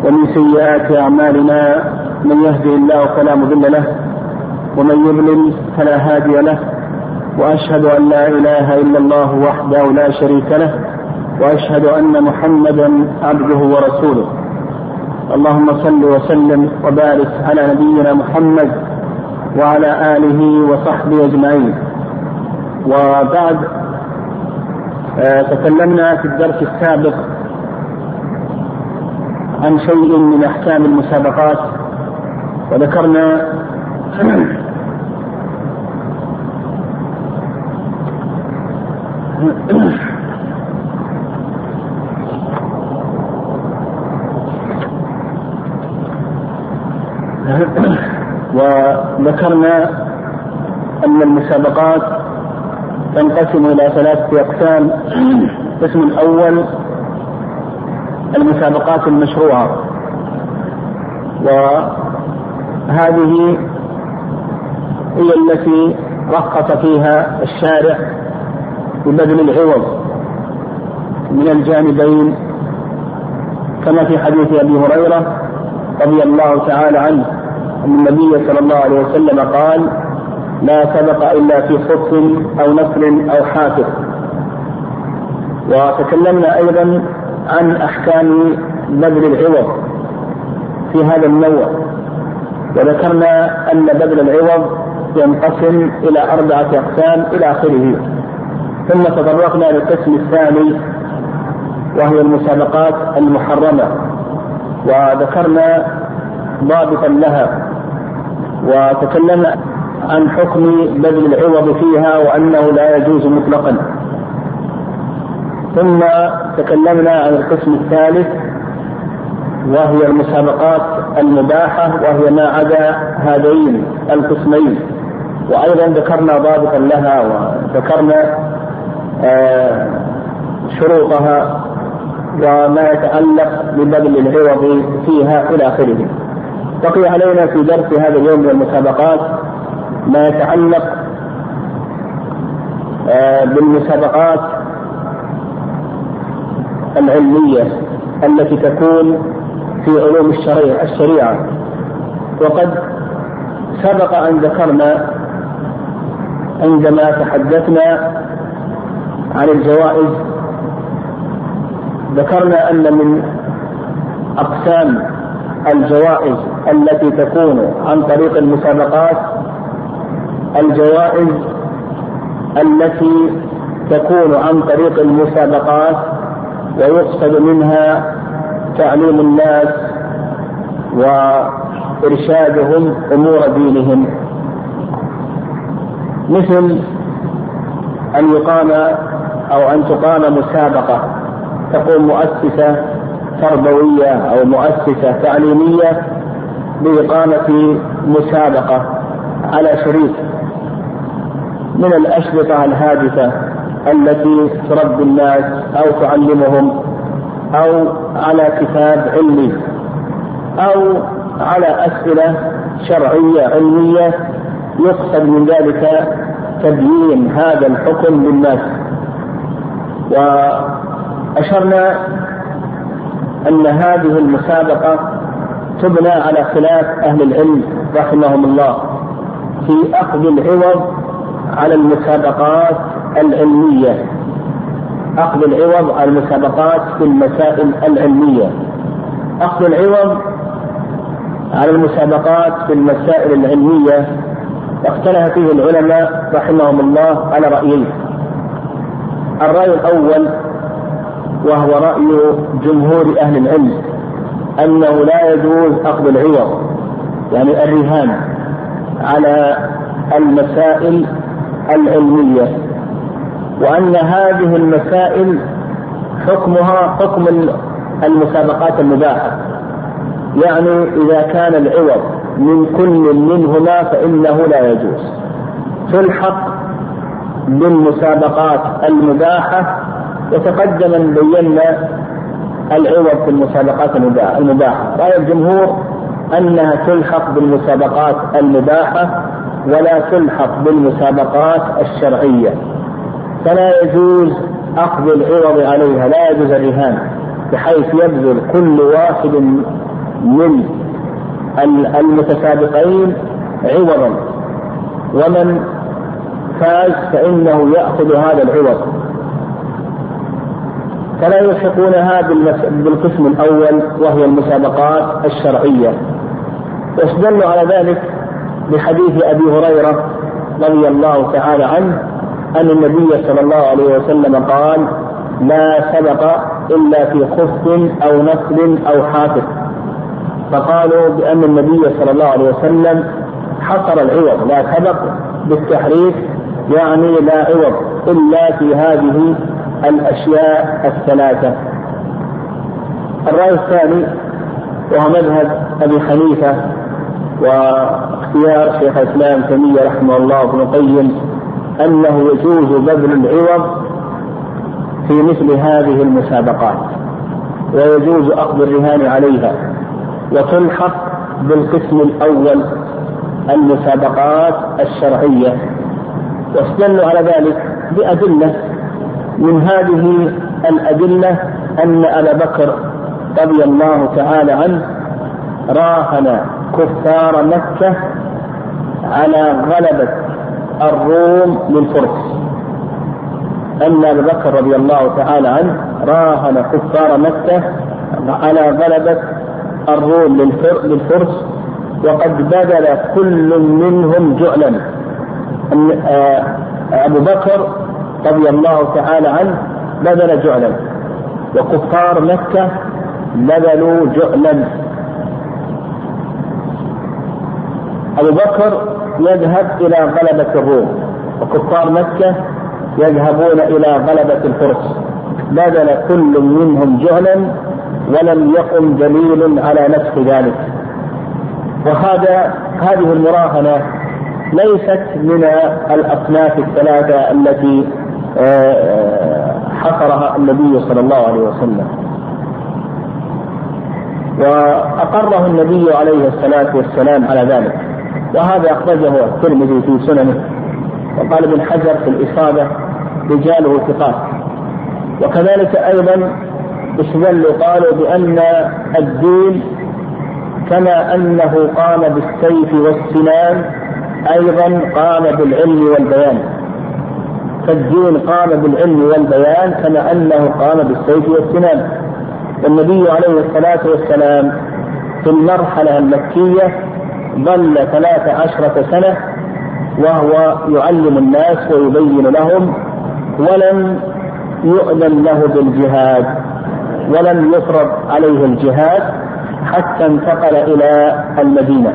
ومن سيئات أعمالنا من يهدي الله فلا مضل له ومن يضلل فلا هادي له، وأشهد أن لا إله إلا الله وحده لا شريك له، وأشهد أن محمدا عبده ورسوله. اللهم صل وسلم وبارك على نبينا محمد وعلى آله وصحبه أجمعين. وبعد، تكلمنا في الدرس السابق عن شيء من أحكام المسابقات، وذكرنا أن المسابقات تنقسم إلى 3 أقسام. القسم الأول المسابقات المشروعة، وهذه هي التي رخص فيها الشارع ببذل العوض من الجانبين، كما في حديث أبي هريرة رضي الله تعالى عنه أن النبي صلى الله عليه وسلم قال: لا سبق إلا في خف أو نصر أو حافظ. وتكلمنا أيضا عن أحكام بذل العوض في هذا النوع، وذكرنا أن بذل العوض ينقسم إلى 4 أقسام إلى آخره. ثم تطرقنا للقسم الثاني وهي المسابقات المحرمة، وذكرنا ضابطا لها، وتكلمنا عن حكم بذل العوض فيها وأنه لا يجوز مطلقا. ثم تكلمنا عن القسم الثالث وهي المسابقات المباحة، وهي ما عدا هذين القسمين، وأيضا ذكرنا ضابطا لها وذكرنا شروطها وما يتعلق ببذل العوض فيها إلى آخره. بقي علينا في درس هذا اليوم من المسابقات ما يتعلق بالمسابقات العلمية التي تكون في علوم الشريعة. وقد سبق أن ذكرنا عندما تحدثنا عن الجوائز، ذكرنا أن من أقسام الجوائز التي تكون عن طريق المسابقات الجوائز التي تكون عن طريق المسابقات ويقصد منها تعليم الناس وإرشادهم أمور دينهم، مثل أن يقام أو أن تقام مسابقة، تقوم مؤسسة تربوية أو مؤسسة تعليمية بإقامة مسابقة على شريط من الأشرطة الهادفة التي تربي الناس أو تعلمهم، أو على كتاب علمي، أو على أسئلة شرعية علمية يقصد من ذلك تبيين هذا الحكم للناس. وأشرنا أن هذه المسابقة تبنى على خلاف أهل العلم رحمهم الله في أخذ العوض على المسابقات العلمية، أخذ العوض على المسابقات في المسائل العلمية. أخذ العوض على المسابقات في المسائل العلمية اختلف فيه العلماء رحمهم الله على رأيين. الرأي الأول وهو رأي جمهور أهل العلم أنه لا يجوز أخذ العوض، يعني الرهان، على المسائل العلمية، وأن هذه المسائل حكمها حكم المسابقات المباحة، يعني إذا كان العوض من كل منهما فإنه لا يجوز. تلحق بالمسابقات المباحة، وتقدم أن بينا العوض في المسابقات المباحة. رأي الجمهور أنها تلحق بالمسابقات المباحة ولا تلحق بالمسابقات الشرعية، فلا يجوز أخذ العوض عليها، لا يجوز الرهان، بحيث يبذل كل واحد من المتسابقين عوضا، ومن فاز فإنه يأخذ هذا العوض، فلا يلحقونها بالقسم الأول وهي المسابقات الشرعية. واستدلوا على ذلك بحديث أبي هريرة رضي الله تعالى عنه أن النبي صلى الله عليه وسلم قال: لا سبق إلا في خف أو نسل أو حافظ. فقالوا بأن النبي صلى الله عليه وسلم حصر العوض، لا سبق بالتحريف يعني لا عوض إلا في هذه الأشياء الثلاثة. الرأي الثاني وهو مذهب أبي حنيفة واختيار شيخ الإسلام تيمية رحمه الله وابن القيم أنه يجوز بذل العوض في مثل هذه المسابقات، ويجوز أخذ الرهان عليها، وتلحق بالقسم الأول المسابقات الشرعية. واستدلوا على ذلك بأدلة، من هذه الأدلة أن أبا بكر رضي الله تعالى عنه راهن كفار مكة على غلبة الروم للفرس. أن أبا بكر رضي الله تعالى عنه راهن كفار مكة على غلبة الروم للفرس، وقد بذل كل منهم جعلا. أبو بكر رضي الله تعالى عنه بذل جعلا، وكفار مكة بذلوا جعلا. أبو بكر يذهب إلى غلبة الروم، وكفار مكة يذهبون إلى غلبة الفرس، بذل كل منهم جعلا ولم يقم دليل على نسخ ذلك. هذه المراهنة ليست من الأصناف الثلاثة التي حصرها النبي صلى الله عليه وسلم، وأقره النبي عليه الصلاة والسلام على ذلك. وهذا أخرجه الترمذي في سننه، وقال ابن حجر في الإصابة رجاله ثقات. وكذلك أيضا استدلوا قالوا بأن الدين كما أنه قام بالسيف والسنان أيضا قام بالعلم والبيان، فالدين قام بالعلم والبيان كما أنه قام بالسيف والسنان. والنبي عليه الصلاة والسلام في المرحلة المكية ظل 13 سنة وهو يعلم الناس ويبين لهم، ولم يؤذن له بالجهاد ولم يفرض عليه الجهاد حتى انتقل إلى المدينة.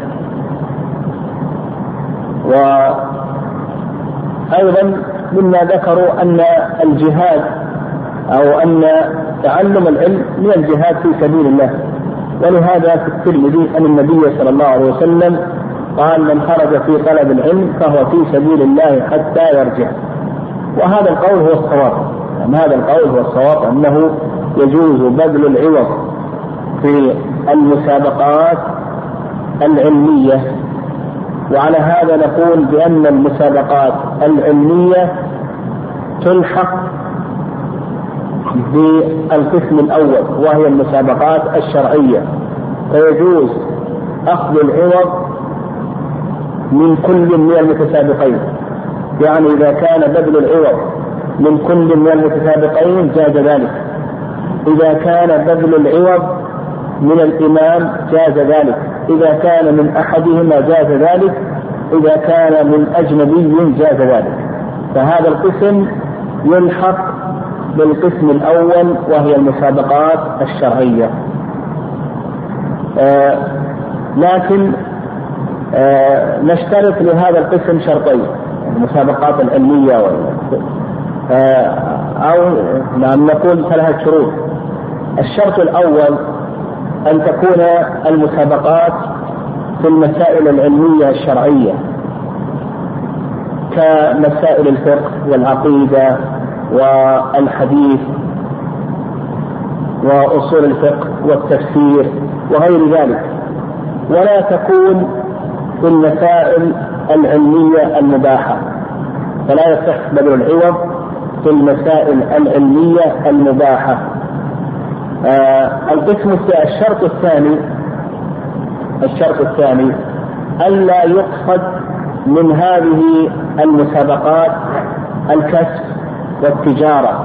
وأيضا مما ذكروا أن الجهاد أو أن تعلم العلم من الجهاد في سبيل الله، ولهذا في الترمذي أن النبي صلى الله عليه وسلم قال: من خرج في طلب العلم فهو في سبيل الله حتى يرجع. وهذا القول هو الصواب، هذا القول هو الصواب أنه يجوز بذل العوض في المسابقات العلمية. وعلى هذا نقول بأن المسابقات العلمية تلحق بالقسم الأول وهي المسابقات الشرعية، فيجوز أخذ العوض من كل من المتسابقين. يعني إذا كان بذل العوض من كل من المتسابقين جاز ذلك، إذا كان بذل العوض من الإمام جاز ذلك، إذا كان من أحدهما جاز ذلك، إذا كان من أجنبي جاز ذلك. فهذا القسم يلحق بالقسم الأول وهي المسابقات الشرعية. لكن نشترط لهذا القسم شرطين، المسابقات العلمية أو نقول 3 شروط. الشرط الأول أن تكون المسابقات في المسائل العلمية الشرعية كمسائل الفقه والعقيدة والحديث وأصول الفقه والتفسير وغير ذلك، ولا تكون في المسائل العلمية المباحة، فلا يصح بذل العوض في المسائل العلمية المباحة. الشرط الثاني الشرط الثاني ألا يقصد من هذه المسابقات الكسب والتجارة،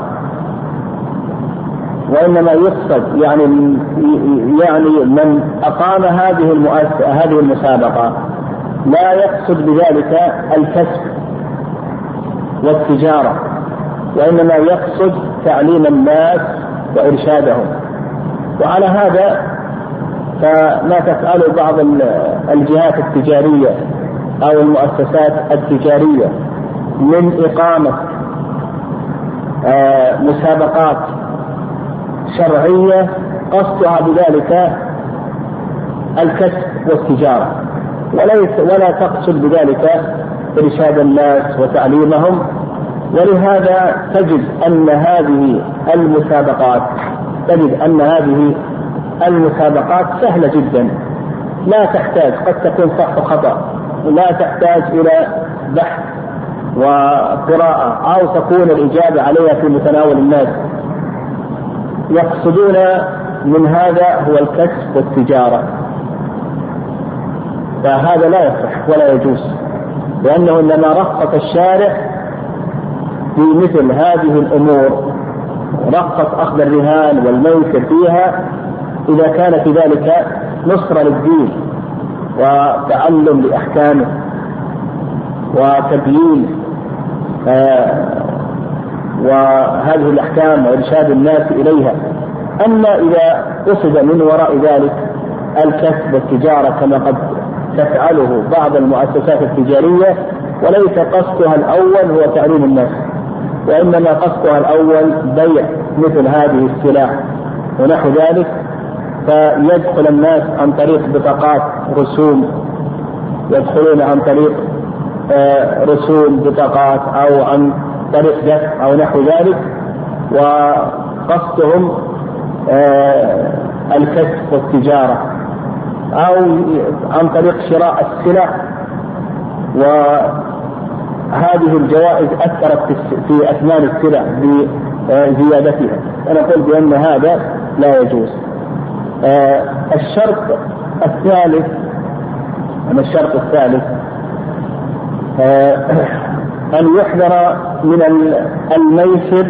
وإنما يقصد يعني من أقام هذه المسابقة لا يقصد بذلك الكسب والتجارة، وإنما يقصد تعليم الناس وإرشادهم. وعلى هذا فما تفعله بعض الجهات التجارية أو المؤسسات التجارية من إقامة مسابقات شرعية قصدها بذلك الكسب والتجارة، ولا تقصد بذلك إرشاد الناس وتعليمهم. ولهذا تجد أن هذه المسابقات سهلة جدا، لا تحتاج، قد تكون صح وخطأ، لا تحتاج إلى بحث وقراءة أو تكون الإجابة عليها في متناول الناس. يقصدون من هذا هو الكسب والتجارة، فهذا لا يصح ولا يجوز، لأنه إنما رخص الشارع في مثل هذه الأمور، رخص أخذ الرهان والميسر فيها إذا كان في ذلك نصرة للدين وتعلم لأحكامه وتبيين وهذه الأحكام وإرشاد الناس إليها. أما إذا قصد من وراء ذلك الكسب والتجارة كما قد تفعله بعض المؤسسات التجارية، وليس قصدها الأول هو تعليم الناس، وإنما قصدها الأول بيع مثل هذه السلع ونحو ذلك، فيدخل الناس عن طريق بطاقات رسوم، يدخلون عن طريق رسوم بطاقات أو عن طريق دفع أو نحو ذلك، وقصدهم الكسب والتجارة، أو عن طريق شراء السلع. وهذه الجوائز أثرت في أثمان السلع بزيادتها، أنا أقول بأن هذا لا يجوز. الشرط الثالث أن يحذر من الميسر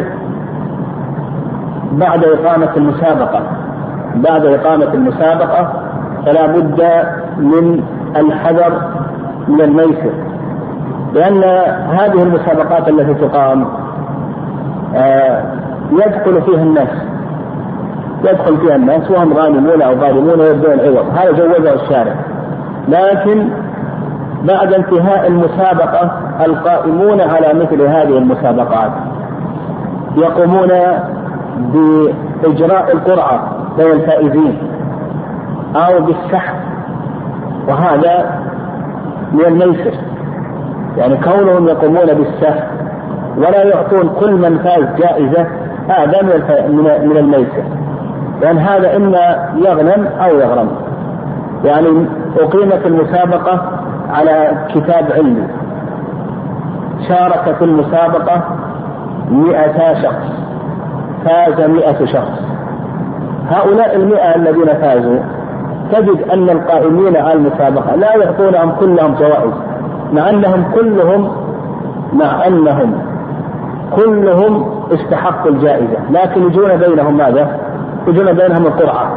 بعد إقامة المسابقة، فلا بد من الحذر من الميسر، لأن هذه المسابقات التي تقام يدخل فيها الناس وهم غانمون أو ظالمون ويبدون العوض، هذا جوزه الشارع. لكن بعد انتهاء المسابقة القائمون على مثل هذه المسابقات يقومون بإجراء القرعة بين الفائزين أو بالسحب، وهذا من الميسر، يعني كونهم يقومون بالسحب ولا يعطون كل من فاز جائزة، هذا من الميسر، لأن هذا إما يغنم أو يغرم. يعني أقيمت المسابقة على كتاب علمي، شارك في المسابقة 100 شخص، فاز 100 شخص، هؤلاء 100 الذين فازوا تجد أن القائمين على المسابقة لا يعطونهم كلهم جوائز، مع أنهم كلهم استحقوا الجائزة، لكن يجون بينهم ماذا؟ يجون بينهم القرعة.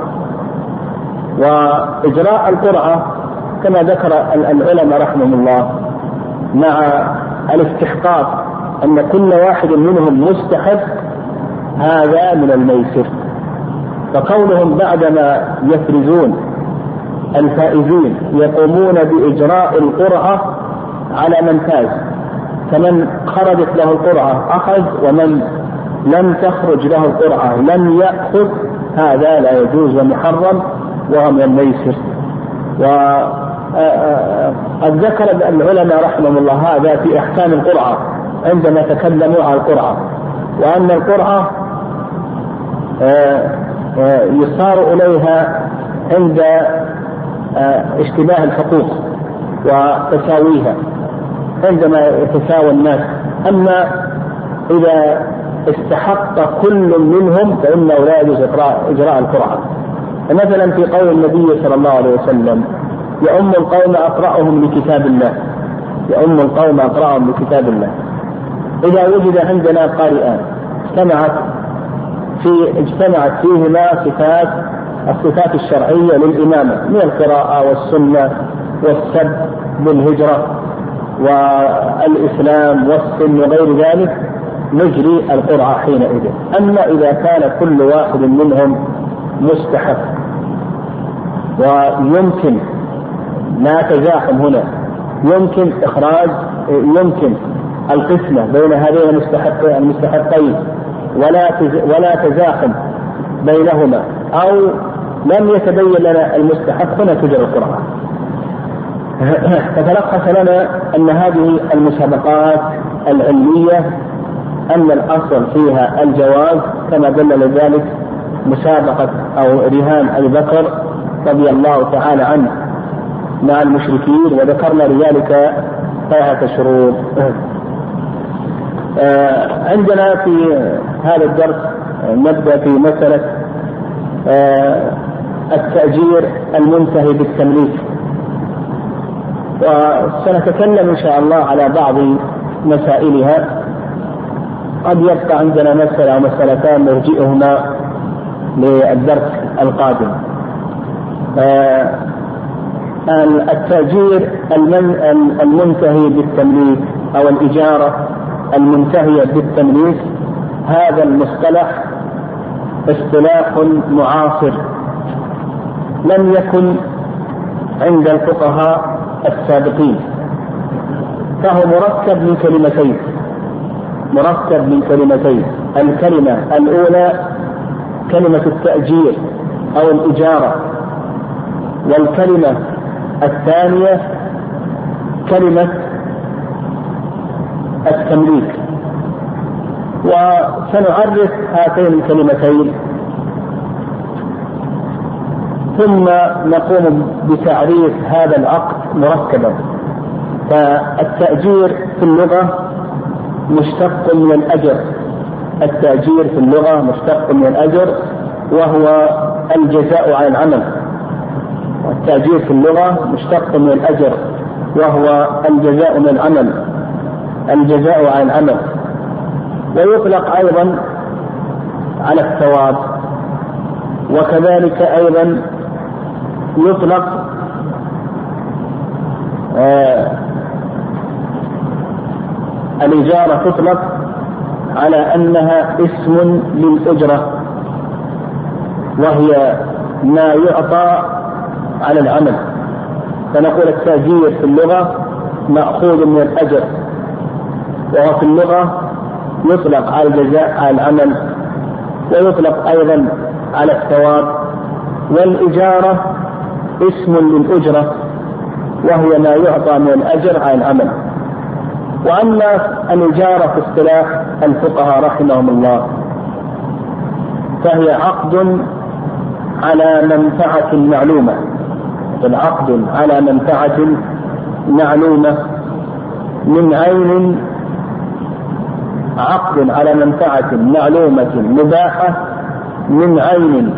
وإجراء القرعة كما ذكر العلماء رحمهم الله مع الاستحقاق أن كل واحد منهم مستحق، هذا من الميسر. فكونهم بعدما يفرزون الفائزين يقومون بإجراء القرعة على من فاز، فمن خرجت له القرعة أخذ، ومن لم تخرج له القرعة لم يأخذ، هذا لا يجوز ومحرم وهو من الميسر. وقد ذكر العلماء رحمهم الله هذا في أحكام القرعة عندما تكلموا عن القرعة، وأن القرعة يصار إليها عند اشتباه الحقوق وتساويها عندما يتساوى الناس. أما إذا استحق كل منهم فإنه لا يجوز إجراء القرعة. مثلا في قول النبي صلى الله عليه وسلم يؤم القوم أقرأهم لكتاب الله، يؤم القوم أقرأهم لكتاب الله. إذا وجد عندنا قارئان اجتمعت فيهما الصفات الشرعية للإمامة من القراءة والسنة والسب بالهجرة والإسلام والسن وغير ذلك، نجري القرعة حينئذ. أما إذا كان كل واحد منهم مستحق ويمكن لا تزاحم هنا، يمكن يمكن القسمة بين هذين المستحقين ولا تزاحم بينهما، أو لم يتبين لنا المستحق، هنا تجري القرعة. فتلخص لنا أن هذه المسابقات العلمية أن الأصل فيها الجواز، كما دل لذلك مسابقة أو رهان أبي بكر رضي الله تعالى عنه مع المشركين، وذكرنا لذلك 3 شروط. عندنا في هذا الدرس نبدأ في مسألة التأجير المنتهي بالتمليك، وسنتكلم إن شاء الله على بعض مسائلها. قد يبقى عندنا مسألة أو مسألتان نرجئهما للدرس القادم. التأجير المنتهي بالتمليك أو الإجارة المنتهية بالتمليك، هذا المصطلح اصطلاح معاصر لم يكن عند الفقهاء السابقين، فهو مركب من كلمتين. الكلمة الأولى كلمة التأجير أو الإجارة، والكلمة الثانية كلمة التمليك. وسنعرف هاتين الكلمتين ثم نقوم بتعريف هذا العقد مركبا. فالتأجير في اللغة مشتق من الأجر، التأجير في اللغة مشتق من الأجر وهو الجزاء على العمل. والتأجير في اللغة مشتق من الأجر وهو الجزاء من العمل، الجزاء على العمل. ويطلق أيضا على الثواب، وكذلك أيضا يطلق الإجارة تطلق على أنها اسم للأجرة، وهي ما يعطى على العمل. فنقول التأجير في اللغة مأخوذ من الأجر، وهو في اللغة يطلق على الجزاء على العمل، ويطلق أيضا على الثواب. والإجارة اسم للأجرة، وهي ما يعطى من الأجر على العمل. وأما الإجارة في اصطلاح الفقهاء رحمهم الله فهي عقد على منفعة معلومة، العقد على منفعة معلومة من عين، عقد على منفعة معلومة مباحة من عين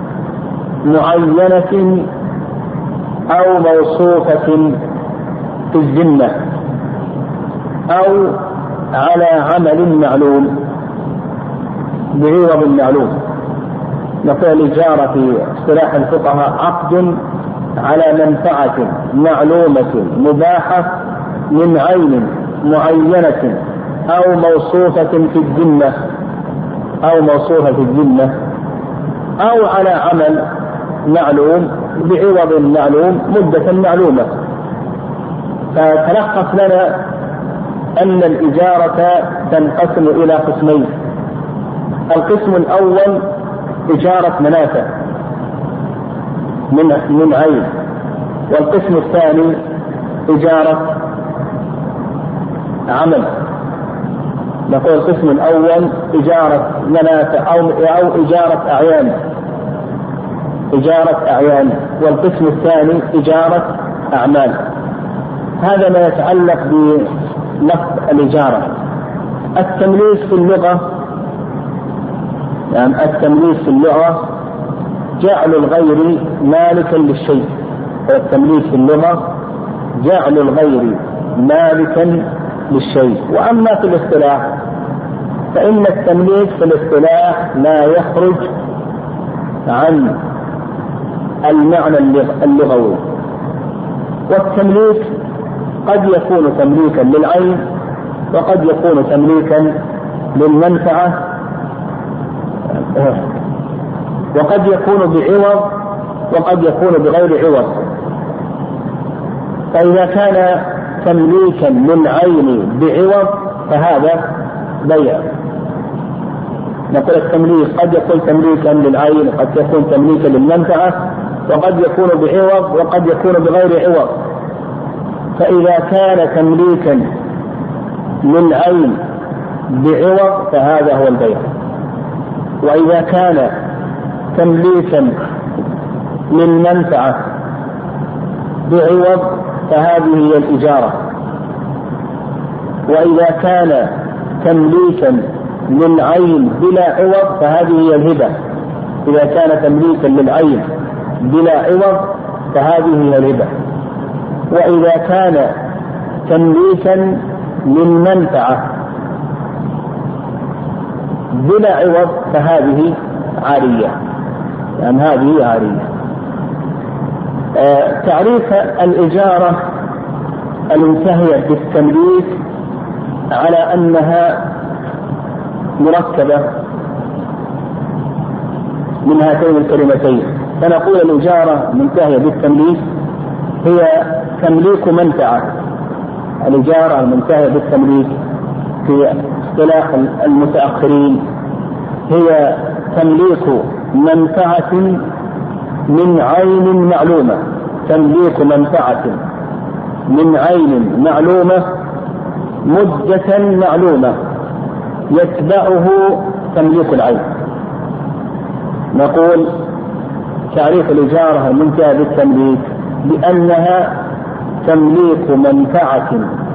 معينة أو موصوفة في الذمة، أو على عمل معلوم بعوض معلوم. نقول الإجارة في اصطلاح الفقهاء عقد على منفعة معلومة مباحة من عين معينة أو موصوفة في الذمة، أو على عمل معلوم بعوض معلوم مدة معلومة. فتلخص لنا أن الإجارة تنقسم إلى قسمين. القسم الأول إجارة منافع من عين، والقسم الثاني إجارة عمل. نقول القسم الأول إجارة منافع أو إجارة أعيان، والقسم الثاني إجارة أعمال. هذا ما يتعلق بلفظ الإجارة. التمليك في اللغة، يعني التمليك في اللغة جعل الغير مالكا للشيء، والتمليك في اللغة جعل الغير مالكا للشيء. وأما في الاصطلاح فإن التمليك في الاصطلاح لا يخرج عن المعنى اللغوي. والتمليك قد يكون تمليكا للعين، وقد يكون تمليكا للمنفعة، وقد يكون بعوض، وقد يكون بغير عوض. فإذا كان تمليكا للعين بعوض فهذا بيع. نقول التمليك قد يكون تمليكا للعين، قد يكون تمليكا للمنفعة، وقد يكون بعوض، وقد يكون بغير عوض. فإذا كان تمليكا للعين بعوض فهذا هو البيع. وإذا كان تمليكا للمنفعة بعوض فهذه هي الإجارة. وإذا كان تمليكا للعين بلا عوض فهذه هي الهبة. إذا كان تمليكا للعين بلا عوض فهذه هي الهبة. وإذا كان تمليكا للمنفعة بلا عوض فهذه عارية، يعني هذه عارية. تعريف الإجارة المنتهية بالتمليك على أنها مركبة من هاتين الكلمتين. فنقول الإجارة المنتهية بالتمليك هي تمليك منفعة. الإجارة المنتهية بالتمليك في اصطلاح المتأخرين هي تمليك منفعة من عين معلومة، تمليك منفعة من عين معلومة مدة معلومة يتبعه تمليك العين. نقول تعريف الإجارة المنتهية بالتمليك بأنها تمليك منفعة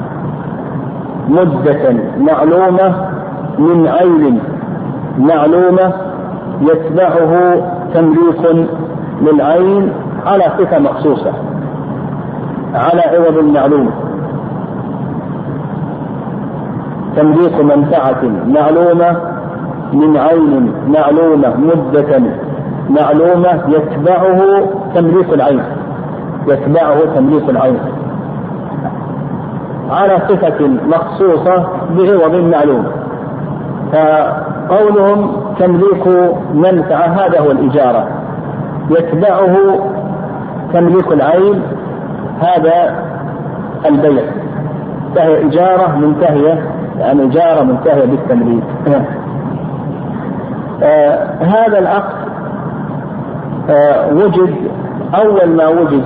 مدة معلومة من عين معلومة يتبعه تمليك للعين على صفة مخصوصة على عوض معلوم. تمليك منفعة معلومة من عين معلومة مدة معلومة يتبعه تمليك العين، يتبعه تمليك العين على صفة مخصوصة بعوض معلوم. فقولهم تمليك منفعة هذا هو الإجارة، يتبعه تمليك العين هذا البيع. فهي إجارة منتهية، يعني إجارة منتهية بالتمليك. هذا العقد وجد أول ما وجد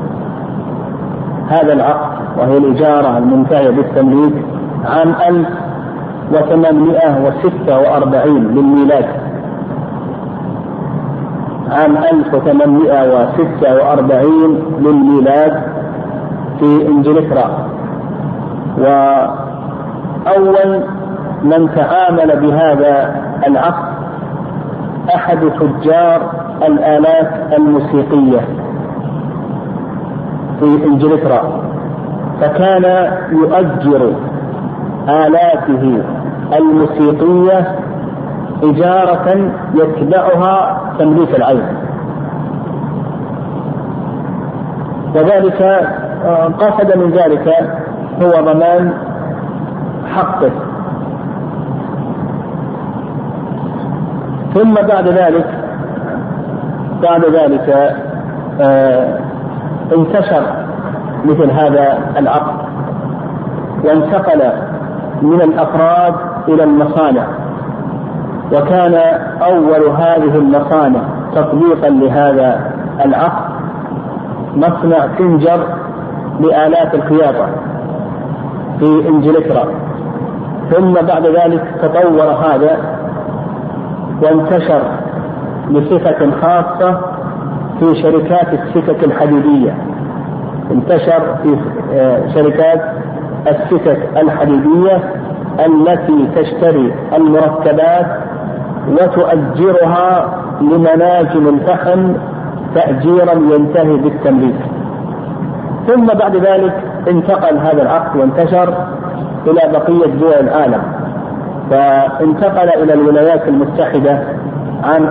هذا العقد وهي الإجارة المنتهية بالتمليك عام 1846 للميلاد، عام 1846 للميلاد في إنجلترا. وأول من تعامل بهذا العقد أحد تجار الآلات الموسيقية في إنجلترا، فكان يؤجر آلاته الموسيقية إجارة يتبعها تمليك العين. وذلك قصد من ذلك هو ضمان حقه. ثم بعد ذلك انتشر مثل هذا العقد وانتقل من الأفراد إلى المصانع. وكان أول هذه المصانع تطبيقا لهذا العقد مصنع سنجر لآلات الخياطة في إنجلترا. ثم بعد ذلك تطور هذا وانتشر بصفة خاصة في شركات السكك الحديدية، انتشر في شركات السكك الحديدية التي تشتري المركبات وتؤجرها لمناجم الفحم تأجيرا ينتهي بالتمليك. ثم بعد ذلك انتقل هذا العقد وانتشر إلى بقية دول العالم، فانتقل إلى الولايات المتحدة عام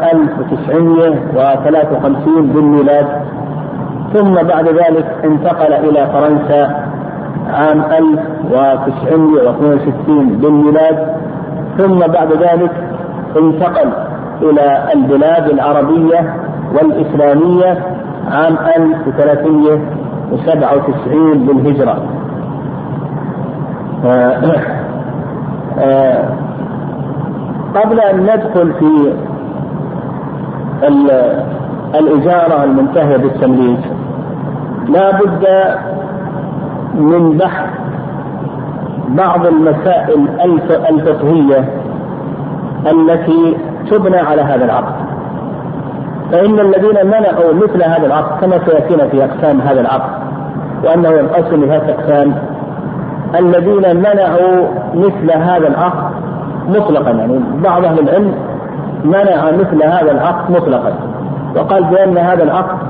1953 بالميلاد، ثم بعد ذلك انتقل إلى فرنسا عام 1962 بالميلاد، ثم بعد ذلك انتقل إلى البلاد العربية والإسلامية عام 1397 بالهجرة. قبل أن ندخل في الإجارة المنتهية بالتمليك لا بد من بحث بعض المسائل الفقهية التي تبنى على هذا العقد. فإن الذين منعوا مثل هذا العقد كما سيأتينا في أقسام هذا العقد، وأنه ينقسم إلى ثلاث أقسام: الذين منعوا مثل هذا العقد مطلقا، يعني بعض أهل العلم منع مثل هذا العقد مطلقا وقال بأن هذا العقد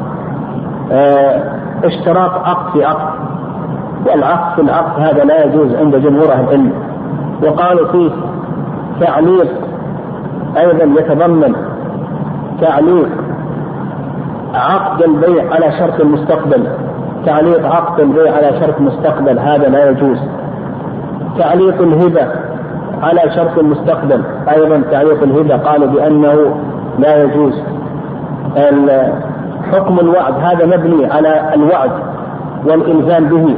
اشتراط عقد في عقد، والعقد في العقد هذا لا يجوز عند جمهور أهل العلم. وقالوا فيه تعليق أيضا يتضمن تعليق عقد البيع على شرط المستقبل، تعليق عقد البيع على شرط مستقبل هذا لا يجوز. تعليق الهبة على شرط المستقبل أيضا تعليق الهبة قالوا بأنه لا يجوز. حكم الوعد هذا مبني على الوعد والإلزام به،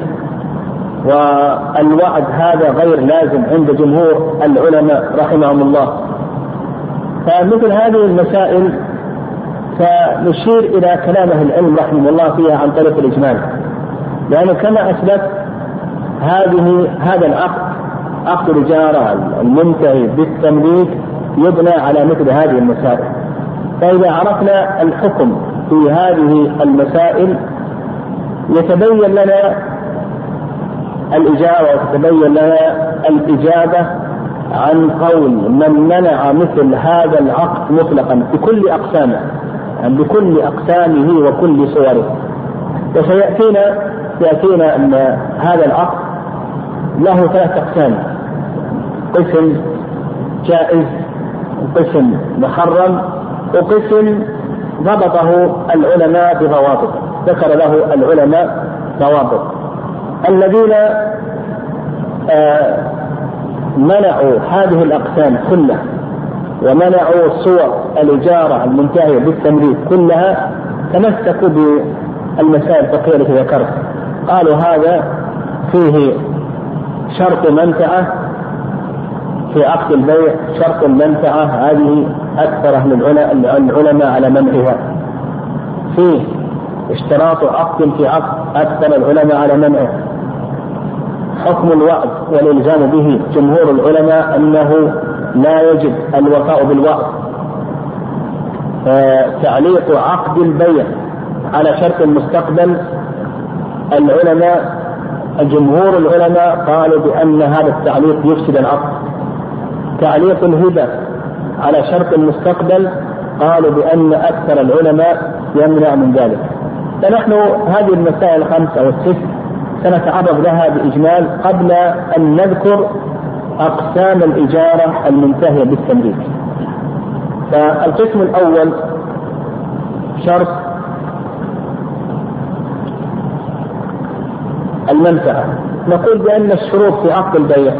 والوعد هذا غير لازم عند جمهور العلماء رحمهم الله. فمثل هذه المسائل فنشير إلى كلام أهل العلم رحمه الله فيها عن طريق الإجمال، لأنه كما أسلف هذا العقد، عقد الإجارة المنتهي بالتمليك، يبنى على مثل هذه المسائل. فإذا عرفنا الحكم في هذه المسائل يتبين لنا الإجابة وتتبين لنا الإجابة عن قول من منع مثل هذا العقد مطلقا بكل أقسامه، يعني بكل أقسامه وكل صوره. وسيأتينا أن هذا العقد له ثلاث أقسام: قسم جائز، وقسم محرم، وقسم ضبطه العلماء بضوابط، ذكر له العلماء ضوابط. الذين منعوا هذه الأقسام كلها ومنعوا صور الإجارة المنتهية بالتمليك كلها تمسكوا بالمسائل الفقهية التي ذكرت. قالوا هذا فيه شرط منفعة في عقد البيع، شرط المنفعة هذه أكثر أهل العلماء على منعها. فيه اشتراط عقد في عقد، أكثر العلماء على منعه. حكم الوعد والإلزام به، جمهور العلماء أنه لا يجب الوفاء بالوعد. تعليق عقد البيع على شرط المستقبل، جمهور العلماء قالوا بأن هذا التعليق يفسد العقد. تعليق الهبة على شرط المستقبل قالوا بأن أكثر العلماء يمنع من ذلك. فنحن هذه المسائل الخمس أو الست سنتعرض لها بإجمال قبل أن نذكر أقسام الإجارة المنتهية بالتمليك. فالقسم الأول شرط المنفعة. نقول بأن الشروط في عقد البيع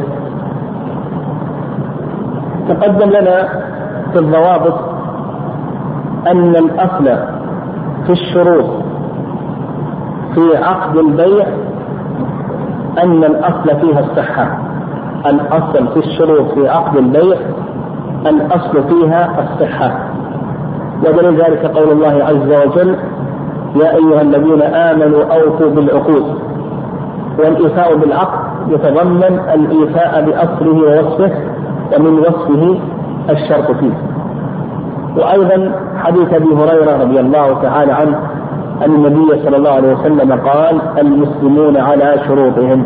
تقدم لنا في الضوابط أن الأصل في الشروط في عقد البيع أن الأصل فيها الصحة. الأصل في الشروط في عقد البيع الأصل فيها الصحة، ودليل ذلك قول الله عز وجل: يا أيها الذين آمنوا أوفوا بالعقود. والإيفاء بالعقد يتضمن الإيفاء بأصله ووصفه، ومن وصفه الشرط فيه. وأيضا حديث أبي هريرة رضي الله تعالى عنه أن النبي صلى الله عليه وسلم قال: المسلمون على شروطهم.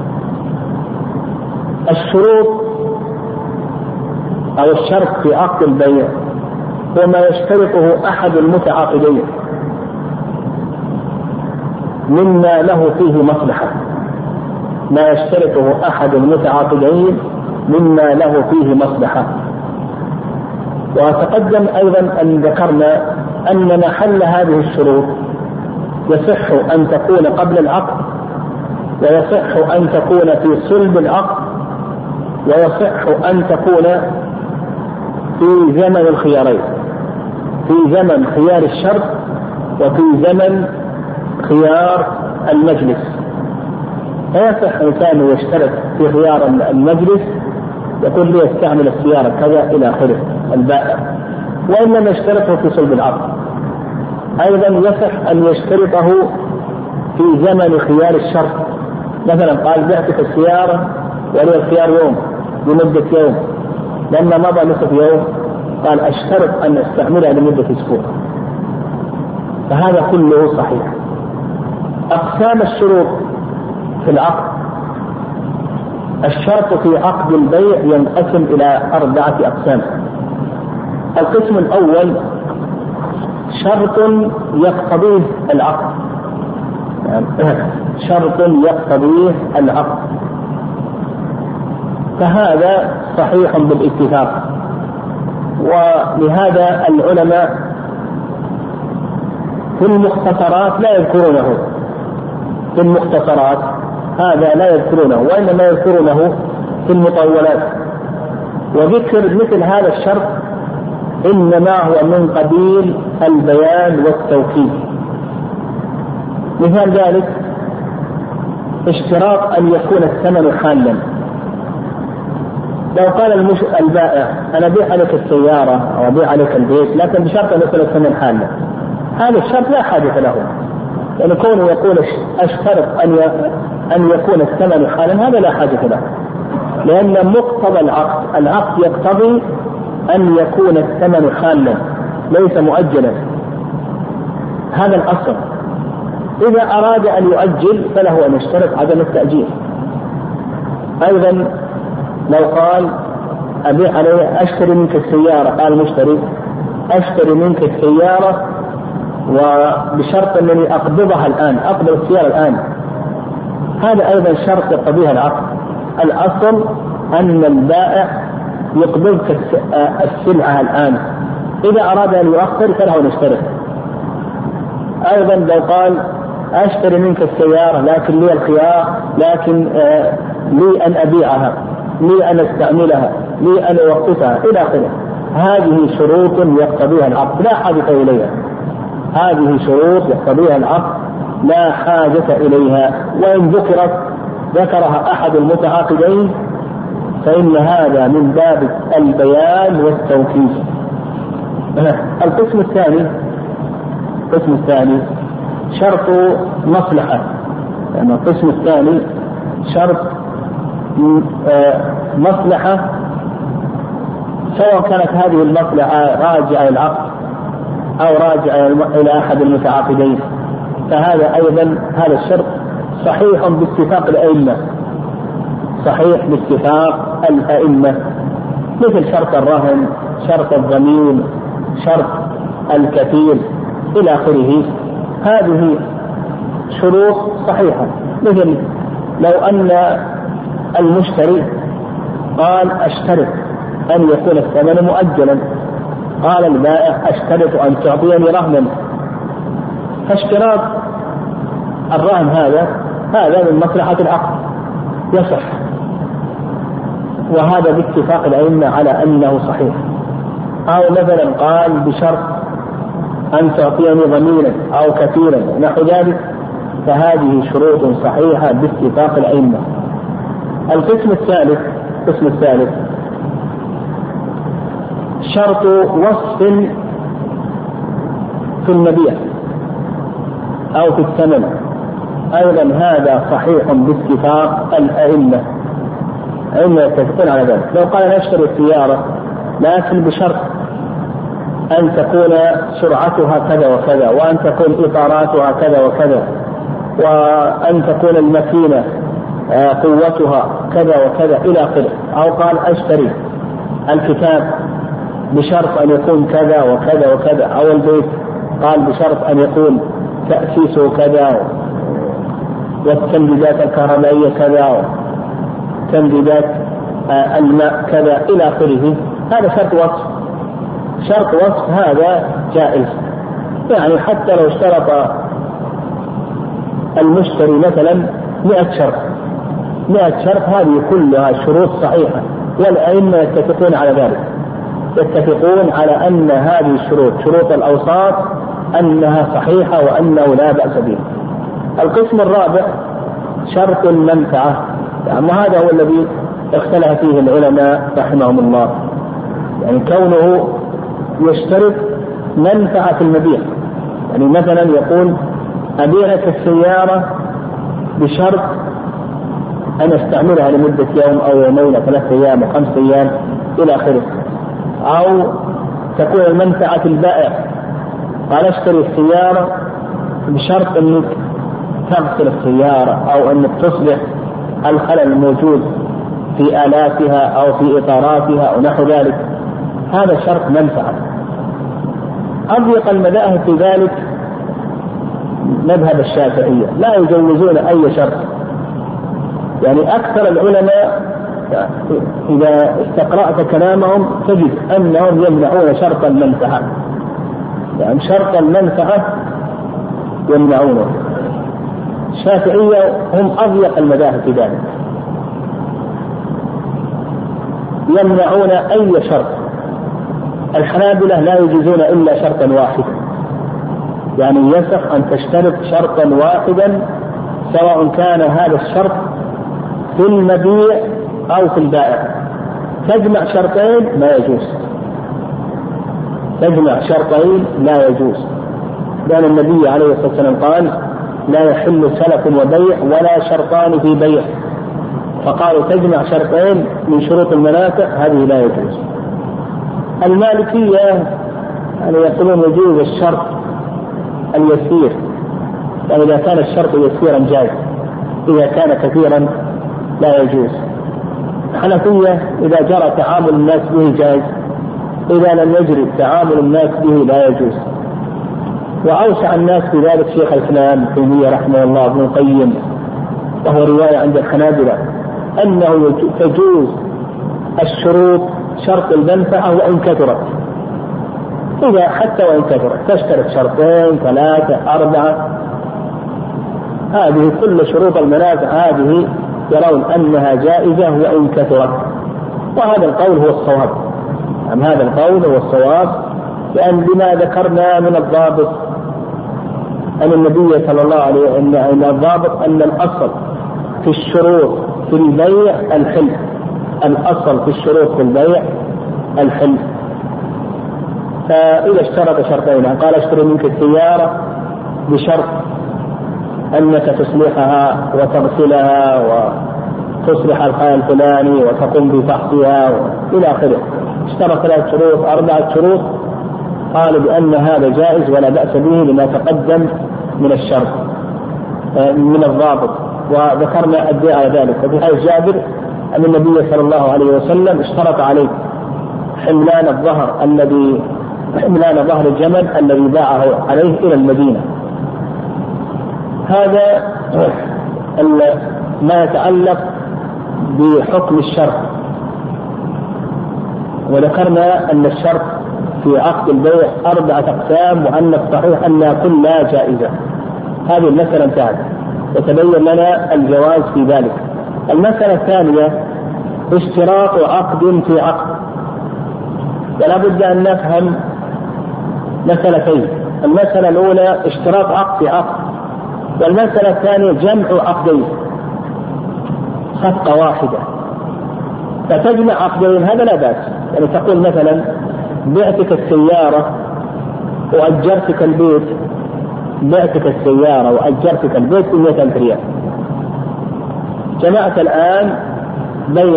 الشروط أو الشرط في عقد البيع هو ما يشترطه أحد المتعاقدين، مما له فيه مصلحة، ما يشترطه أحد المتعاقدين مما له فيه مصلحة. وتقدم أيضا أن ذكرنا أن محل هذه الشروط يصح أن تكون قبل العقد، ويصح أن تكون في صلب العقد، ويصح أن تكون في زمن الخيارين، في زمن خيار الشرط وفي زمن خيار المجلس. فيصح إنسان يشترط في خيار المجلس يقول لي استعمل السيارة كذا إلى آخره البائع، وإنما يشترطه في صلب العقد. أيضا يصح أن يشترطه في زمن خيار الشرط، مثلا قال بعتك السيارة ولي الخيار يوم لمدة يوم، لما مضى نصف يوم قال أشترط أن أستعملها لمدة أسبوع، فهذا كله صحيح. أقسام الشروط في العقد: الشرط في عقد البيع ينقسم إلى 4 أقسام. القسم الأول شرط يقتضيه العقد، شرط يقتضيه العقد، فهذا صحيح بالاتفاق. ولهذا العلماء في المختصرات لا يذكرونه، في المختصرات هذا لا يذكرونه، وإنما يذكرونه في المطولات. وذكر مثل هذا الشرط إنما هو من قبيل البيان والتوكيد. مثال ذلك اشتراط أن يكون الثمن حالا. لو قال البائع أنا أبيع لك السيارة أو أبيع لك البيت لكن بشرط أن يكون الثمن حالا، هذا الشرط لا حاجة له، يعني كونه يقول اشترط أن يكون الثمن حالا هذا لا حاجة له، لأن مقتضى العقد يقتضي أن يكون الثمن حالا ليس مؤجلا، هذا الأصل. إذا أراد أن يؤجل فله أن يشترط عدم التأجيل. أيضا لو قال أبيع عليه أشتري منك السيارة، قال مشتري أشتري منك السيارة وبشرط أنني أقبضها الآن، أقبض السيارة الآن، هذا أيضا شرط يقتضيها العقد. الأصل أن البائع يقبضك السلعة الآن، إذا أراد أن يؤخر فله أن يشترط. أيضا لو قال أشتري منك السيارة لكن لي الخيار، لكن لي أن أبيعها، لي أن أستعملها، لي أن أوقفها إلى آخره، هذه شروط يقتضيها العقد لا حاجة إليها، هذه شروط يقتضيها العقد لا حاجة إليها، وإن ذكرها أحد المتعاقدين فإن هذا من باب البيان والتوكيد. القسم الثاني شرط مصلحة، يعني القسم الثاني شرط مصلحة سواء كانت هذه المصلحة راجعة للعقد أو راجعة إلى أحد المتعاقدين، فهذا أيضا هذا الشرط صحيح باتفاق الأئمة، صحيح باتفاق الأئمة، مثل شرط الرهن، شرط الضمين، شرط الكفيل إلى آخره، هذه شروط صحيحة. مثل لو أن المشتري قال أشترط أن يكون الثمن مؤجلا، قال البائع أشترط أن تعطيني رهنا، فاشتراط الرهن هذا من مصلحة العقد يصح، وهذا باتفاق الأئمة على أنه صحيح. أو مثلا قال بشرط أن تعطيني ضمينا أو كثيرا نحو ذلك، فهذه شروط صحيحة باتفاق الأئمة. القسم الثالث شرط وصف في المبيع أو في الثمن، أيضا هذا صحيح باتفاق الأئمة يتفقون على ذلك. لو قال نشتري السيارة لكن بشرط أن تكون سرعتها كذا وكذا، وأن تكون إطاراتها كذا وكذا، وأن تكون الماكينة قوتها كذا وكذا إلى آخره، أو قال أشتري الكتاب بشرط أن يكون كذا وكذا وكذا، أو البيت قال بشرط أن يكون تأسيسه كذا والتمديدات الكهربائية كذا، وتمديدات الماء كذا إلى آخره، هذا شرط وصف. شرط وصف هذا جائز، يعني حتى لو اشترط المشتري مثلا 100 شرط، 100 شرط، هذه كلها شروط صحيحة، والأئمة يتفقون على ذلك، يتفقون على أن هذه الشروط شروط الأوساط أنها صحيحة وأنه لا بأس بها. القسم الرابع شرط المنفعة، يعني هذا هو الذي اختلف فيه العلماء رحمهم الله، يعني كونه يشترط منفعة المبيع، يعني مثلا يقول أبيعك السيارة بشرط أن استعملها لمدة يوم أو يومين 3 أيام و5 أيام إلى آخره، أو تكون المنفعة البائع، قال اشتري السيارة بشرط أنك تغسل السيارة أو أنك تصلح الخلل الموجود في آلاتها أو في إطاراتها أو نحو ذلك، هذا شرط منفعة. أضيق المذاهب في ذلك مذهب الشافعية، لا يجوزون أي شرط، يعني أكثر العلماء إذا استقرأت كلامهم تجد أنهم يمنعون شرط المنفعة، يعني شرط المنفعة يمنعونه. الشافعية هم أضيق المذاهب في ذلك، يمنعون أي شرط. الحنابلة لا يجوزون إلا شرطا واحدا، يعني يصح أن تشترط شرطا واحدا سواء كان هذا الشرط في المبيع أو في البائع. تجمع شرطين لا يجوز، تجمع شرطين لا يجوز، لأن النبي عليه الصلاة والسلام قال لا يحل سلف وبيع ولا شرطان في بيع، فقالوا تجمع شرطين من شروط المنافع، هذه لا يجوز. المالكية يعني يقولون يجوز الشرط اليسير، يعني إذا كان الشرط يسيرا جائز، إذا كان كثيرا لا يجوز. الحنفية إذا جرى تعامل الناس به جائز، إذا لم يجري تعامل الناس به لا يجوز. وأوسع الناس في ذلك شيخ الإسلام ابن تيمية رحمه الله ابن القيم، وهو رواية عند الحنابلة أنه تجوز الشروط شرط المنفعة وإن كثرت، إذا حتى وإن كثرت تشترط شرطين 3 4، هذه كل شروط المنافع هذه يرون أنها جائزة وإن كثرت. وهذا القول هو الصواب، هذا القول هو الصواب، لأن بما ذكرنا من الضابط أن النبي صلى الله عليه وسلم أن الضابط أن الأصل في الشروط في البيع الحل، الأصل في الشروط في البيع الحل. فإذا اشترط شرطين، قال اشتري منك السيارة بشرط أنك تصلحها وتغسلها وتصلح الخلل الفلاني وتقوم بفحصها إلى آخره، اشترط 3 شروط 4 شروط، قال بأن هذا جائز ولا بأس به لما تقدم من الشرط من الضابط. وذكرنا الدليل على ذلك، وفي حديث جابر أن النبي صلى الله عليه وسلم اشترط عليه حملان ظهر الجمل الذي باعه عليه إلى المدينة. هذا ما يتعلق بحكم الشرط. وذكرنا أن الشرط في عقد البيع 4 أقسام، وأن الصحيح أنها كلها جائزة. هذه المسألة انتهت وتبين لنا الجواز في ذلك. المسألة الثانية اشتراط عقد في عقد، ولا بد أن نفهم مسألتين. المسألة الأولى اشتراط عقد في عقد، والمسألة الثانية جمع عقدين، صفقة واحدة فتجمع عقدين، هذا لا بأس. يعني تقول مثلا بعتك السيارة وأجرتك البيت، بعتك السيارة وأجرتك البيت ب100,000 ريال، جمعت الآن بين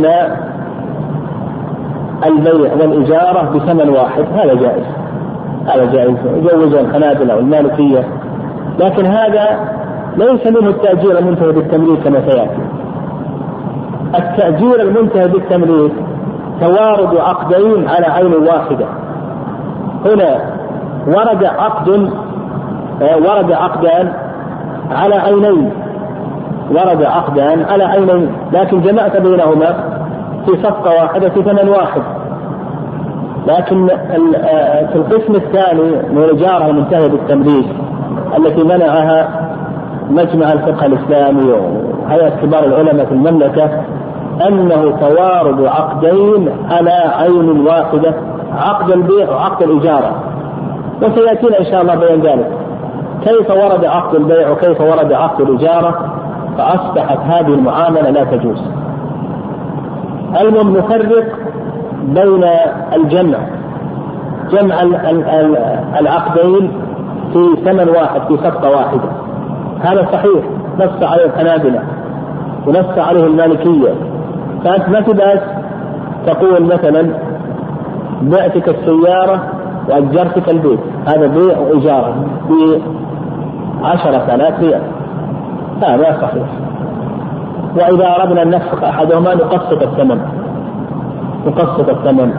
البيع والإجارة بثمن واحد، هذا جائز، هذا جائز يجوز الحنابلة والمالكية. لكن هذا ليس منه التأجير المنتهي بالتمليك كما سيأتي. التأجير المنتهي بالتمليك توارد عقدين على عين واحدة. هنا ورد عقدان على عينين، ورد عقدان على عينين لكن جمعت بينهما في صفقة واحدة في ثمن واحد. لكن في القسم الثاني من الإجارة المنتهية بالتمليك التي منعها مجمع الفقه الإسلامي وهيئة كبار العلماء في المملكة أنه توارد عقدين على عين واحدة، عقد البيع وعقد الإجارة، وسيأتينا إن شاء الله بيان ذلك كيف ورد عقد البيع وكيف ورد عقد الإجارة، فأصبحت هذه المعاملة لا تجوز. المهم نفرق بين جمع العقدين في ثمن واحد في صفقة واحدة، هذا صحيح نص عليه الحنابلة ونص عليه المالكية. فأنت ما تبأس تقول مثلا بعتك السيارة وأجرتك البيت، هذا بيع وإجارة ب10,000 ريال، هذا صحيح. وإذا أردنا أن نفسق أحدهما نقسط الثمن.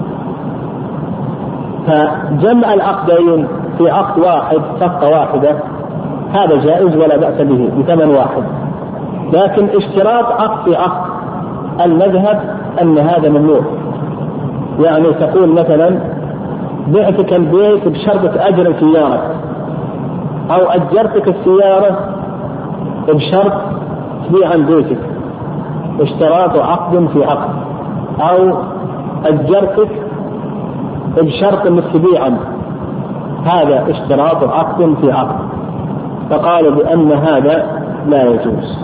فجمع العقدين في عقد واحد صفقة واحدة هذا جائز ولا بأس به بثمن واحد، لكن اشتراط عقد في عقد المذهب أن هذا ممنوع. يعني تقول مثلا بعتك البيت بشرط أجر السيارة، أو أجرتك السيارة بشرط تبيع عن بيتك، اشتراط عقد في عقد، أو أجرتك بشرط أنك تبيع عنه، هذا اشتراط عقد في عقد. فقالوا بأن هذا لا يجوز.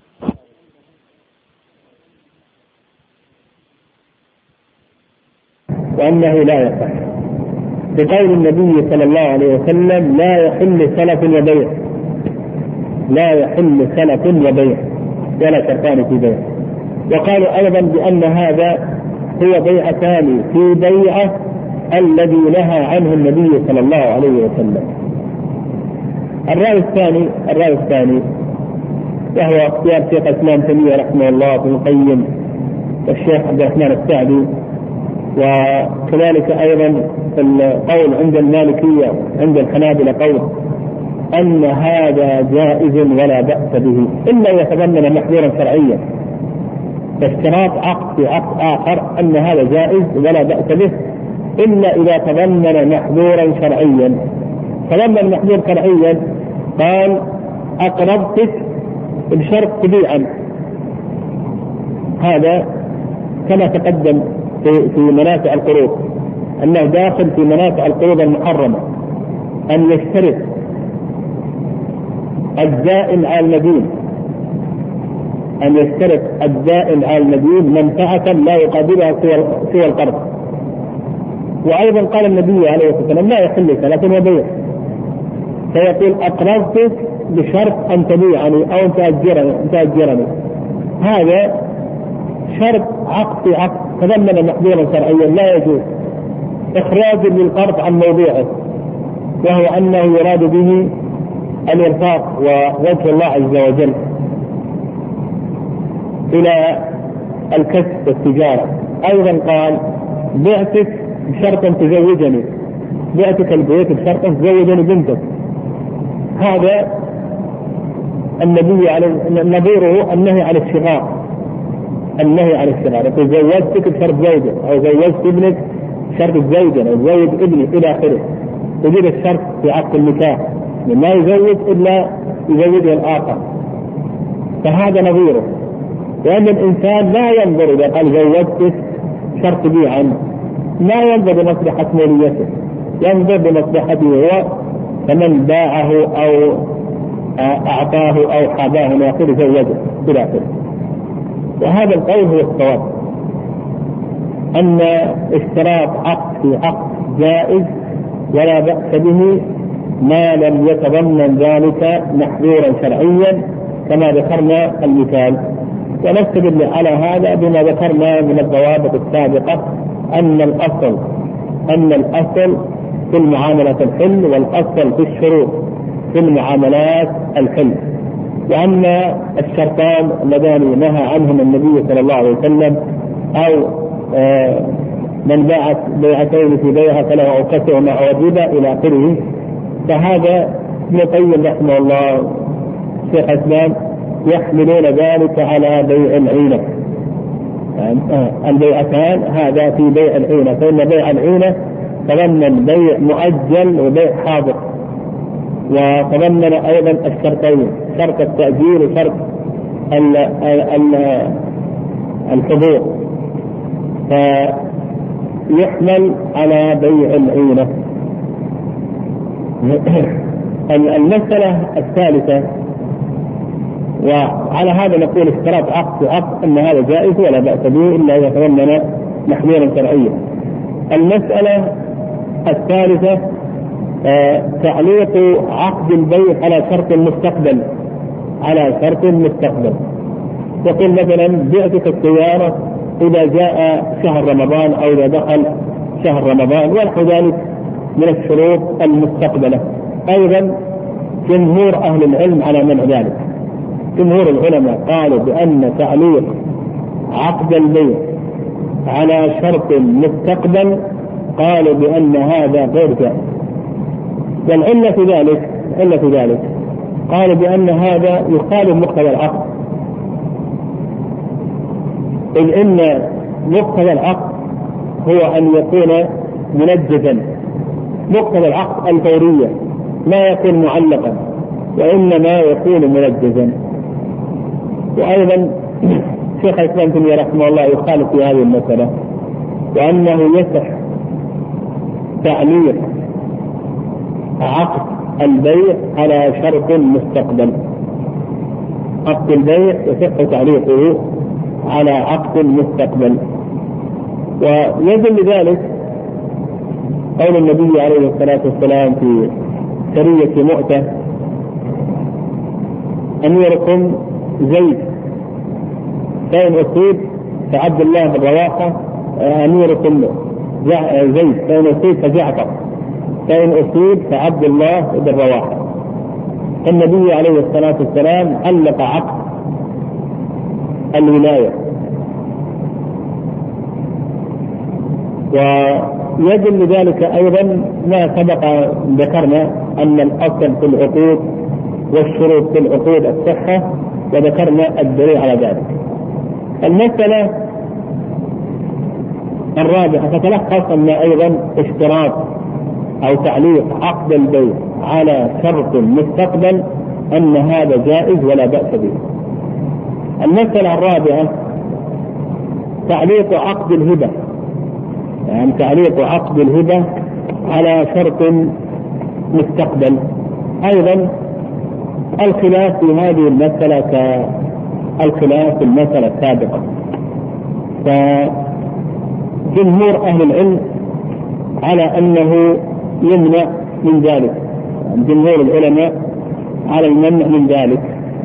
وأنه لا يصح بقول النبي صلى الله عليه وسلم لا يحل سلف وبيع، لا يحل سلف وبيع ولا شرطان في بيع. وقالوا أيضا بأن هذا هو بيع ثاني في بيعه الذي نهى عنه النبي صلى الله عليه وسلم. الرأي الثاني وهو اختيار شيخ الإسلام تيمية رحمه الله ابن القيم والشيخ عبد الرحمن السعدي، وكذلك أيضا القول عند المالكية عند الحنابلة قول أن هذا جائز ولا بأس به إلا يتضمن محظورا شرعيا. فاشتراط عقد في عقد آخر أن هذا جائز ولا بأس به إلا إذا تضمن محظورا شرعيا. تضمن محظور شرعيا قال أقرضتك بشرط تبيعا، هذا كما تقدم في منافع القروض أنه داخل في منافع القروض المحرمة أن يشترط الدائن على المدين منفعة لا يقابلها سوى القرض. وأيضا قال النبي عليه الصلاة والسلام لا يحل سلف وبيع، فيقول أقرضتك بشرط أن تبيعني أو أن تأجرني، هذا شرط عقد في عقد تضمن محظورا شرعيا لا يجوز إخراج للقرض عن موضوعه، وهو أنه يراد به الإنفاق ووجه الله عز وجل إلى الكسب والتجارة. أيضا قال بعتك بشرط تزوجني، بعتك البيت بشرط تزوجني بنتك، هذا النبي على نظيره النهي عن الشغار، يقول زوجتك بشرط زوجة أو زوجت ابنك بشرط الزوجة أو زوج ابني إلى آخره. تجد الشرط في عقد النكاح ما يزوج إلا يزوجه الآخر، فهذا نظيره. لأن الإنسان لا ينظر إذا قال زوجتك شرط بيعا، لا ينظر بمصلحة موليته، ينظر بمصلحته هو، فمن باعه أو أعطاه أو حاباه لآخره زوجه إلى آخره. وهذا القول هو الصواب، أن اشتراط عقد في عقد جائز ولا بأس به ما لم يتضمن ذلك محظورا شرعيا كما ذكرنا المثال. ونستدل على هذا بما ذكرنا من الضوابط السابقة أن الأصل في المعاملة الحل، والأصل في الشروط في المعاملات الحل، وأن الشرطان اللذان نهى عنهم النبي صلى الله عليه وسلم أو من باع بيعتين في بيعها فله أو كسرهما أو الربا إلى آخره. فهذا ابن القيم رحمه الله شيخ الإسلام يحملون ذلك على بيع العينة. البيعتان هذا في بيع العينة، فإن بيع العينة تضمن بيع مؤجل وبيع حاضر، وتضمن أيضا الشرطين، شرط التأجير وشرط الحضور، فيحمل على بيع العينة. المسألة الثالثة، وعلى هذا نقول اشتراط عقد وعقد أن هذا جائز ولا بأس به إلا إذا تضمن محمولا شرعيا. المسألة الثالثة تعليق عقد البيع على شرط مستقبل، على شرط مستقبل. يقول مثلا بعتك السيارة إذا جاء شهر رمضان أو إذا دخل شهر رمضان ونحو ذلك من الشروط المستقبلة. أيضا جمهور أهل العلم على منع ذلك. جمهور العلماء قالوا بأن تعليق عقد البيع على شرط مستقبل قالوا بأن هذا غير جائز. والعلة في ذلك قالوا بأن هذا يخالف مقتضى العقد، إذ إن مقتضى العقد هو أن يكون منجزا. مقتضى العقد الفورية لا يكون معلقا وإنما يكون منجزا. وأيضا شيخ الإسلام ابن تيمية رحمه الله يخالف في هذه المسألة، وأنه يصح تعليق عقد البيع على شرط مستقبل. عقد البيع يصح تعليقه على عقد مستقبل. ويدل ذلك قول النبي عليه الصلاة والسلام في سرية مؤتة: أميركم زيد فإن أصيب فعبد الله بن رواحة، أميركم زيد فإن أصيب فجعفر، فإن أصيب فعبد الله بن رواحة. النبي عليه الصلاة والسلام علق عقد الولاية. ويدل ذلك أيضا ما سبق ذكرنا أن الأصل في العقود والشروط في العقود الصحة، وذكرنا الدليل على ذلك. المسألة الرابعة تتلخص أن أيضا اشتراط أو تعليق عقد البيع على شرط مستقبل أن هذا جائز ولا بأس به. المسألة الرابعة تعليق عقد الهبة، يعني تعليق عقد الهبة على شرط مستقبل. أيضا الخلاف في هذه المسألة كالخلاف في المسألة السابقة، فجمهور أهل العلم على أنه يمنع من ذلك، جمهور العلماء على المنع من ذلك،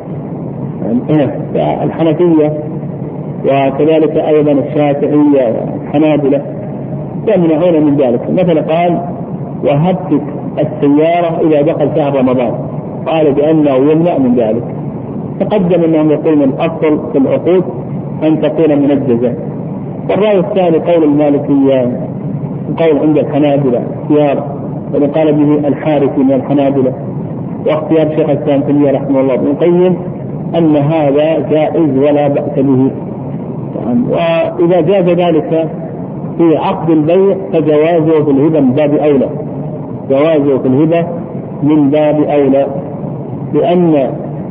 الحنفية وكذلك أيضا الشافعية والحنابلة يمنعون من ذلك. مثلا قال: وهبتك السيارة إذا دخل شهر رمضان، قال بأنه يمنع من ذلك. تقدم أنهم يقولون الأصل في العقود أن تكون منجزة. والرأي الثاني قول المالكية، قول عند الحنابلة اختيار، وقال قال به الحارثي من الحنابلة، واختيار شيخ الإسلام ابن تيمية رحمه الله ابن القيم أن هذا جائز ولا بأس به. وإذا جاز ذلك في عقد البيع فجوازه في الهبة من باب أولى، جوازه في الهبة من باب أولى، لأن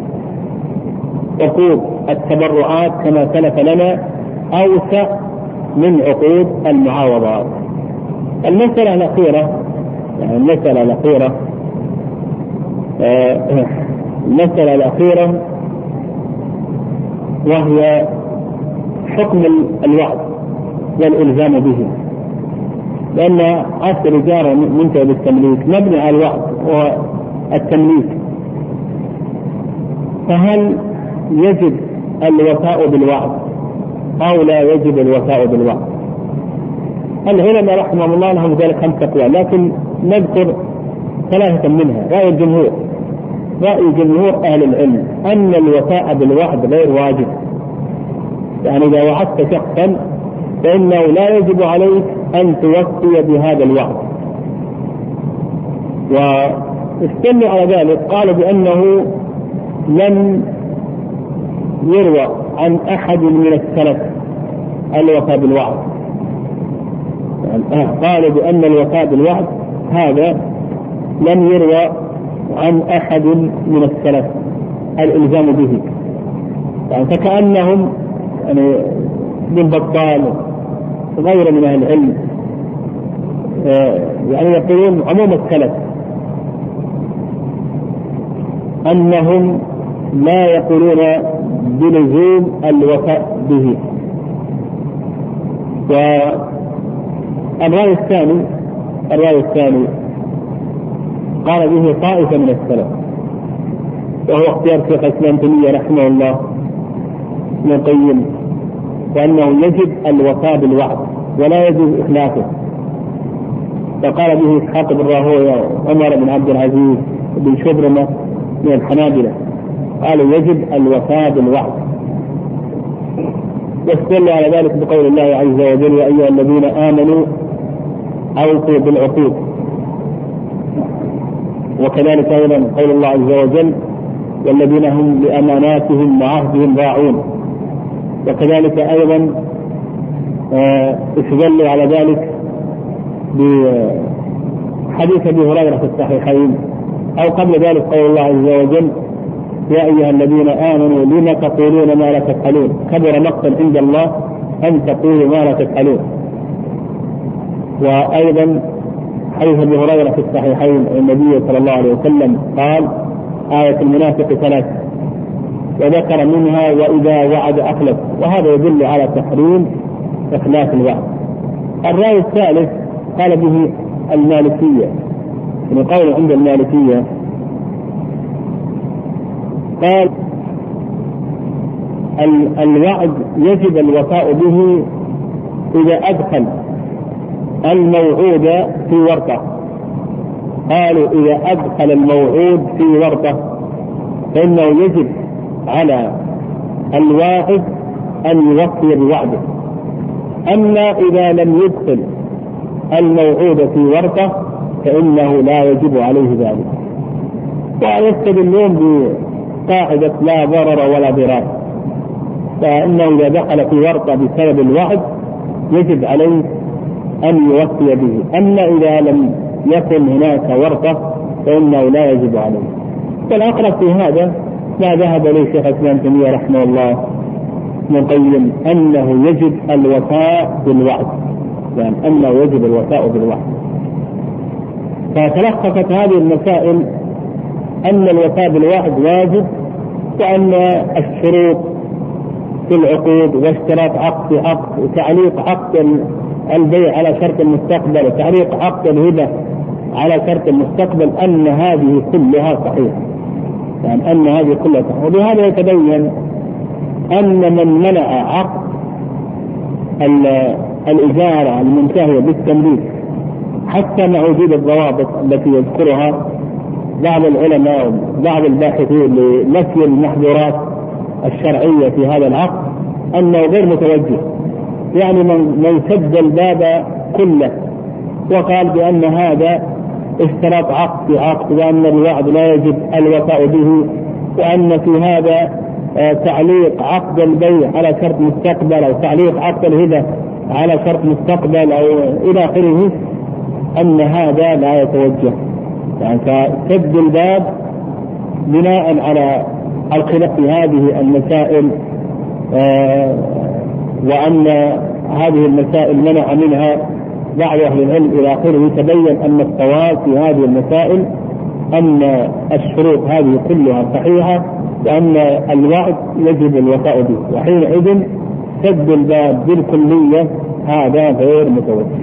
عقود التبرعات كما سلف لنا أوسع من عقود المعاوضات. المسألة الأخيرة المسألة الأخيرة وهي حكم الوعد والإلزام به، لأن عقد الإجارة منتهى بالتمليك مبني على الوعد والتمليك، فهل يجب الوفاء بالوعد أو لا يجب الوفاء بالوعد؟ العلماء رحمهم الله لهم ذلك 5 أقوال، لكن نذكر 3 منها. رأي جمهور أهل العلم أن الوفاء بالوعد غير واجب، يعني إذا وعدت شخصا فإنه لا يجب عليك أن توفي بهذا الوعد. واستدلوا على ذلك، قالوا بأنه لم يروى عن أحد من السلف الوفاء بالوعد، يعني قالوا بأن الوفاء بالوعد هذا لم يروى عن أحد من السلف الإلزام به، يعني فكأنهم يعني من بطال غير من أهل العلم يعني يقولون عموم السلف أنهم لا يقولون بلزوم الوفاء به. والرأي الثاني قال به طائفة من السلف، وهو اختيار شيخ الإسلام تيمية رحمه الله ابن القيم، وأنه يجب الوفاء بالوعد ولا يجوز إخلافه. فقال به إسحاق بن راهويه وعمر بن عبد العزيز بن شبرمة من الحنابلة، قالوا يجب الوفاء بالوعد، واستدل على ذلك بقول الله عز وجل: يا أيها الذين آمنوا أوفوا بالعقود. وكذلك أيضا قول الله عز وجل: والذين هم لأماناتهم وعهدهم راعون. وكذلك أيضا استدلوا على ذلك بحديث أبي هريرة في الصحيحين، أو قبل ذلك قول الله عز وجل: يا أيها الذين آمنوا لم تقولون ما لا تفعلون كبر مقتا عند الله أن تقولوا ما لا تفعلون. وأيضا حديث أبي هريرة في الصحيحين النبي صلى الله عليه وسلم قال: آية المنافق 3، وذكر منها: وإذا وعد أخلف. وهذا يدل على تحريم إخلاف الوعد. الرأي الثالث قال به المالكية، من قول عند المالكية قال: الوعد يجب الوفاء به إذا أدخل الموعود في ورطة. قالوا إذا أدخل الموعود في ورطة فإنه يجب على الواعد أن يوفي بوعده. أما إذا لم يدخل الموعود في ورطة فإنه لا يجب عليه ذلك. ويستدلون بقاعدة لا ضرر ولا ضرار، فإنه إذا دخل في ورطة بسبب الوعد يجب عليه أن يوفي به. أما إذا لم يكن هناك ورطة فإنه لا يجب عليه. والأقرب في هذا ما ذهب إليه شيخ الإسلام تيمية رحمه الله من قيم أنه يجب الوفاء بالوعد، يعني أنه يجب الوفاء بالوعد. فتلخصت هذه المسائل أن الوفاء بالوعد واجب، وأن الشروط في العقود واشتراط عقد عقد وتعليق عقد البيع على شرط المستقبل وتعليق عقد الهبة على شرط المستقبل أن هذه كلها صحيحة، يعني أن هذه كلها صحيحة. وبهذا يتبين أن من منع عقد الإجارة المنتهية بالتمليك حتى مع وجود الضوابط التي يذكرها بعض العلماء وبعض الباحثين لنفي المحظورات الشرعية في هذا العقد أنه غير متوجه، يعني من سد الباب كله وقال بأن هذا اشتراط عقد وأن الوعد لا يجب الوفاء به، وأن في هذا تعليق عقد البيع على شرط مستقبل أو تعليق عقد الهبة على شرط مستقبل أو إلى آخره، أن هذا لا يتوجه. يعني فسد الباب بناء على الخلاف في هذه المسائل، وأن هذه المسائل منع منها بعض أهل العلم إلى آخره، تبين أن الصواب في هذه المسائل أن الشروط هذه كلها صحيحة وأن الوعد يجب الوفاء به، وحينئذ سد الباب بالكلية هذا غير متوجه.